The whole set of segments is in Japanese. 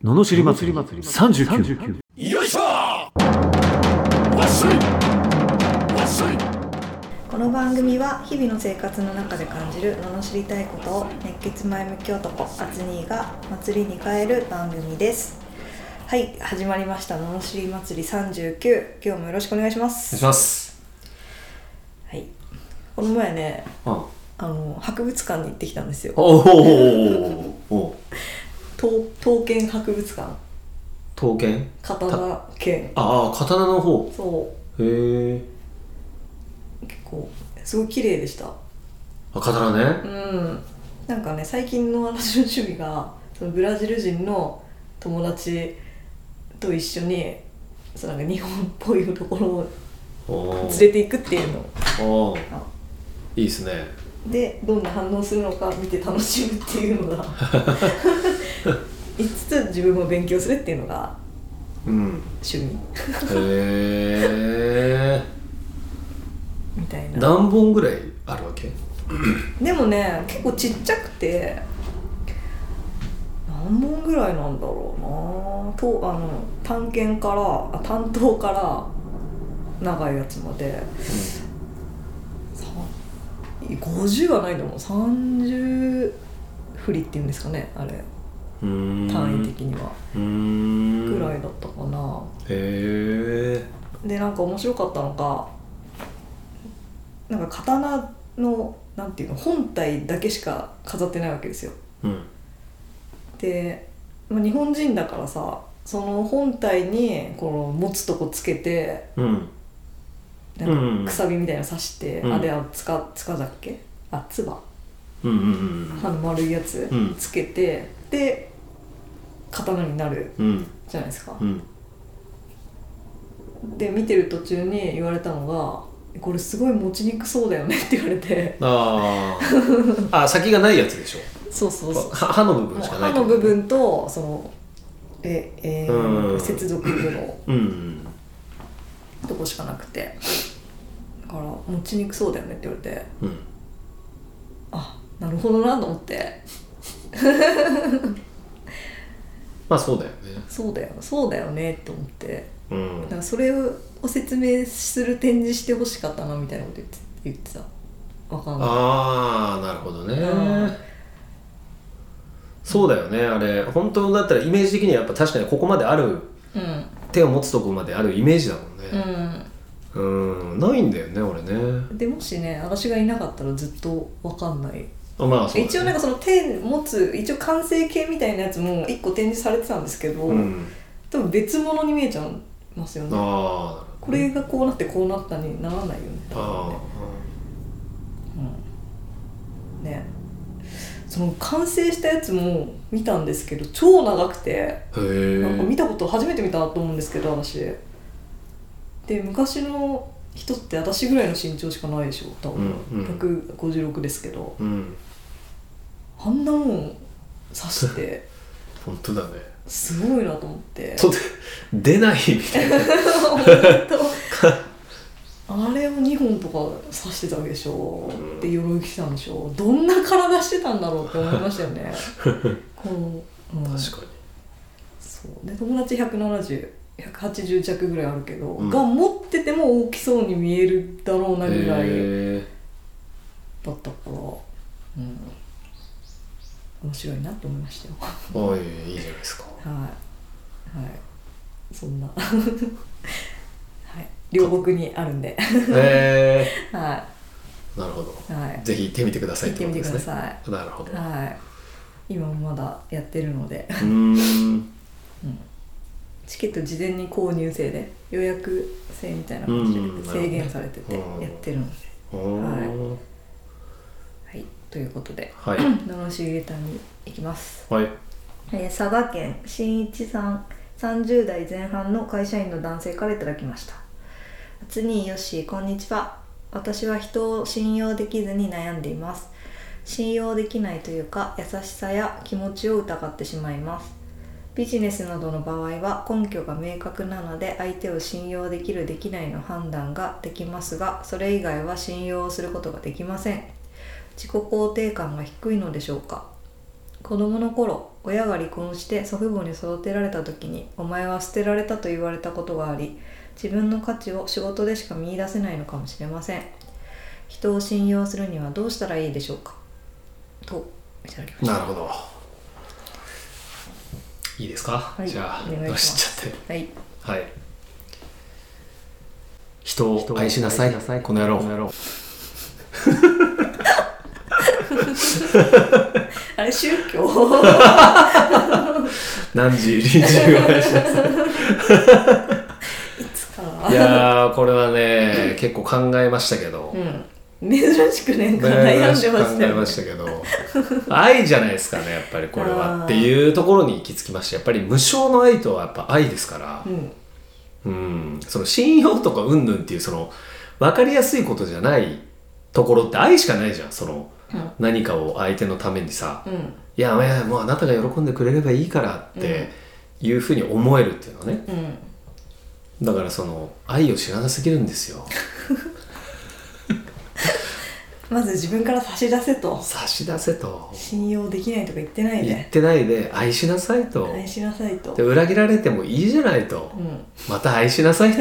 ののしり祭り39。 よいしょわっしょいわっしょい。 この番組は日々の生活の中で感じる罵りたいことを熱血前向き男アツニーが祭りに変える番組です。はい、始まりました罵り祭り39。今日もよろしくお願いしまおす。 願いします。 はい、この前ね、 お博物館に行ってきたんですよ。 お刀剣博物館。 刀剣？ 刀剣。 ああ、刀の方。 そへえ。 結構すごい綺麗でした。 あ、刀ね。 なんかね、最近の私の趣味がそのブラジル人の友達と一緒にそのなんか日本っぽいところを連れていくっていうのいいですね。 で、どんな反応するのか見て楽しむっていうのが5つ自分も勉強するっていうのが趣味、へえみたいな。 何本ぐらいあるわけ？ でもね、結構ちっちゃくて何本ぐらいなんだろうなと、単刀から長いやつまで、50はないと思う。30振りっていうんですかね、あれ単位的にはぐらいだったかな。 へえ。 で、なんか面白かったのが、なんか刀のなんていうの、本体だけしか飾ってないわけですよ。で、日本人だからさ、その本体にこの持つとこつけて、なんかくさびみたいなの刺して、あれはつかだっけ、つば、刃の丸いやつつけて、で刀になるじゃないですか。で、見てる途中に言われたのが、これすごい持ちにくそうだよねって言われて。 あ、先がないやつでしょ。 そう刃の部分しかない。 刃の部分とその接続部のとこしかなくて、だから持ちにくそうだよねって言われて、あ、なるほどなと思って。 まあそうだよね。 そうだよねって思って、だからそれを説明する展示してほしかったなみたいなこと言ってた。わかんない。 ああ、なるほどね。そうだよね。あれ本当だったらイメージ的にはやっぱ確かにここまである、手を持つとこまであるイメージだもんね。ないんだよね、俺ね。でもしね、私がいなかったらずっとわかんない。 まあそう、ね、 一応なんかその手持つ一応完成形みたいなやつも1個展示されてたんですけど、多分別物に見えちゃいますよね。これがこうなってこうなったにならないよね。ね、その完成したやつも見たんですけど超長くて、なんか見たこと初めて見たなと思うんですけど、私で、昔の人って私ぐらいの身長しかないでしょ多分。156ですけど、あんなもん刺して本当だね、 すごいなと思って。 出ないみたいなあれを2本とか刺してたわけでしょ、で鎧着てたんでしょ。どんな体してたんだろうって思いましたよね。この、確かにそうで、友達180弱ぐらいあるけど、が持ってても大きそうに見えるだろうなぐらいだったから、面白いなと思いましたよ。 いいじゃないですか。 はい、そんなはい、両国にあるんでなるほど、ぜひ行ってみてくださいってことですね。 行ってみてください。 なるほど。 今もまだやってるのでチケット事前に購入制で予約制みたいな感じで制限されててやってるので、ということで、罵りレターに行きます。佐賀県新一さん、30代前半の会社員の男性からいただきました。つによっしー、こんにちは。私は人を信用できずに悩んでいます。信用できないというか、優しさや気持ちを疑ってしまいます。ビジネスなどの場合は根拠が明確なので相手を信用できるできないの判断ができますが、それ以外は信用することができません。自己肯定感が低いのでしょうか。子供の頃、 親が離婚して祖父母に育てられた時にお前は捨てられたと言われたことがあり、自分の価値を仕事でしか見出せないのかもしれません。人を信用するにはどうしたらいいでしょうか、といただきました。 なるほど。いいですか、 はい、 じゃあお願いします。 出しちゃって。 はい、 はい、人を愛しなさいこの野郎あれ宗教何時臨時を愛しなさいいつかいやーこれはね結構考えましたけど、 珍しくね悩んでましたよね。 考えましたけど愛じゃないですかねやっぱりこれはっていうところに行き着きました。やっぱり無償の愛とはやっぱ愛ですから、その信用とか云々っていうその分かりやすいことじゃないところって愛しかないじゃん。その、何かを相手のためにさ、いやもうあなたが喜んでくれればいいからっていうふうに思えるっていうのはね、だからその愛を知らなすぎるんですよまず自分から差し出せと信用できないとか言ってないで愛しなさいとで裏切られてもいいじゃないと、また愛しなさいと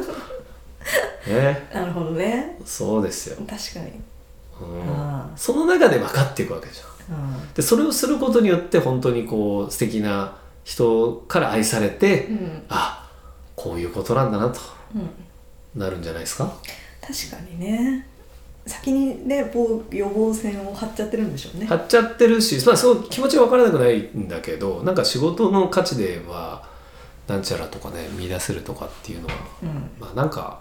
ね、 なるほどね。 そうですよ。 確かに、 その中で分かっていくわけじゃん、でそれをすることによって本当にこう素敵な人から愛されて、あこういうことなんだなと、なるんじゃないですか。 確かにね。先にね予防線を張っちゃってるんでしょうね。張っちゃってるし、そう気持ちは分からなくないんだけど、なんか仕事の価値ではなんちゃらとかね見出せるとかっていうのは、なんか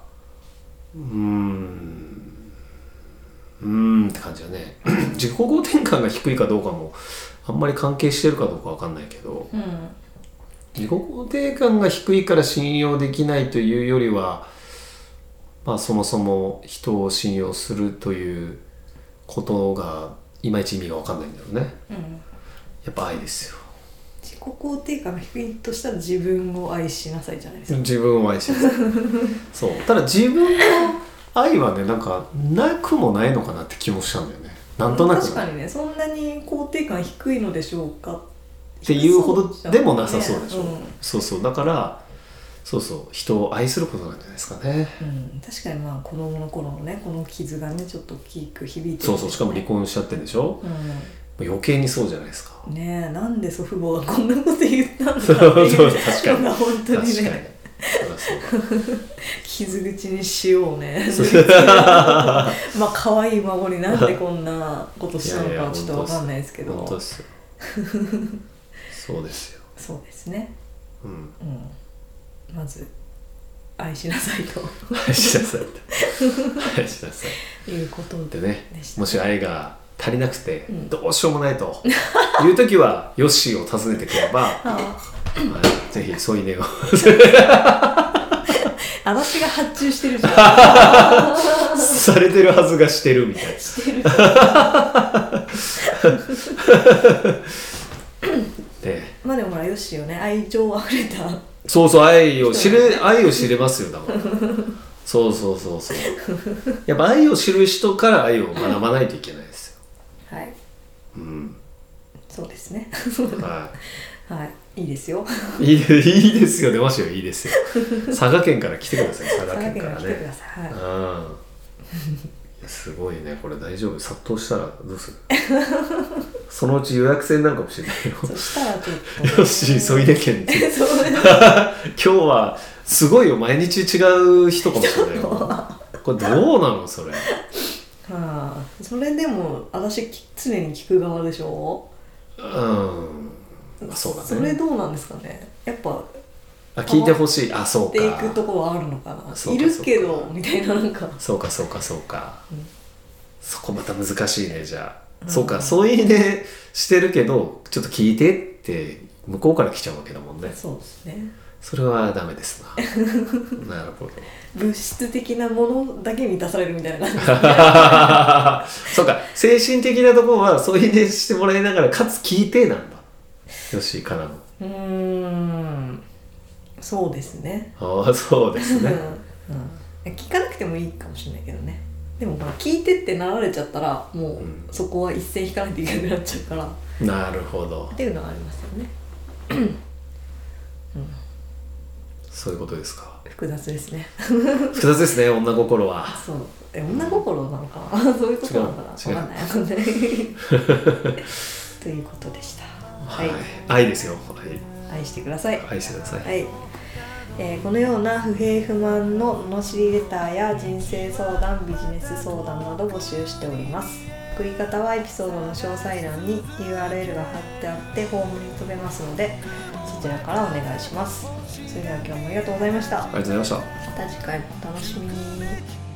って感じだね自己肯定感が低いかどうかもあんまり関係してるかどうかわかんないけど、自己肯定感が低いから信用できないというよりは、そもそも人を信用するということがいまいち意味がわかんないんだろうね、やっぱ愛ですよ。 自己肯定感が低いとしたら自分を愛しなさいじゃないですか。 自分を愛しなさいそうただ自分の愛はねなんかなくもないのかなって気もしたんだよね。なんとなく確かにね、そんなに肯定感低いのでしょうかっていうほどでもなさそうでしょ、そうだから人を愛することなんじゃないですかね、 確かに子供の頃のねこの傷がねちょっと大きく響いてる、 しかも離婚しちゃってるでしょ、余計にそうじゃないですかねえ。なんで祖父母がこんなこと言ったんだっていう確かに本当にね傷口に塩をね可愛い孫になんでこんなことしたのかはちょっと分かんないですけど。 本当ですよそうですよ。 そうですね。まず愛しなさいと愛しなさいということでね。もし愛が足りなくてどうしようもないという時はヨッシーを訪ねてくればぜひ添い寝を私が発注してるじゃんされてるはずがしてるみたいなしてるでもヨッシーをね愛情あふれた愛を知れますよ。だからそうやっぱ愛を知る人から愛を学ばないといけないですよ。 はい、そうですねはい、いいですよいいですよ出ましたよ。いいですよ佐賀県から来てください。佐賀県からね。すごいねこれ大丈夫？殺到したらどうするそのうち予約制になるかもしれないよ。 そしたらちょっとよし添い寝券って今日はすごいよ毎日違う人かもしれないよこれどうなのそれそれでも私常に聞く側でしょ。 そうだね。 それどうなんですかね。やっぱ聞いてほしい。そうか。 っていくところはあるのかな。いるけどみたいななんか。そうか、 そこまた難しいねじゃあ。そうか添い寝してるけどちょっと聞いてって向こうから来ちゃうわけだもんね。 そうですね。 それはダメですななるほど。 物質的なものだけ満たされるみたいな感じですねそうか精神的なところは添い寝してもらいながらかつ聞いてなんだよしからの。 そうですね。 そうですね、 聞かなくてもいいかもしれないけどね。 でも聞いてってなられちゃったらもうそこは一線引かないといけなくなっちゃうから、 なるほどっていうのはありますよねそういうことですか。 複雑ですね複雑ですね、女心は。 そう女心なのかなそういうことなのかな、分かんないということでした。はい、 愛ですよ、 愛してください。 愛してください。 はい。このような不平不満の罵りレターや人生相談、ビジネス相談など募集しております。送り方はエピソードの詳細欄に URL が貼ってあってホームに飛べますので、そちらからお願いします。それでは今日もありがとうございました。 ありがとうございました。 また次回もお楽しみに。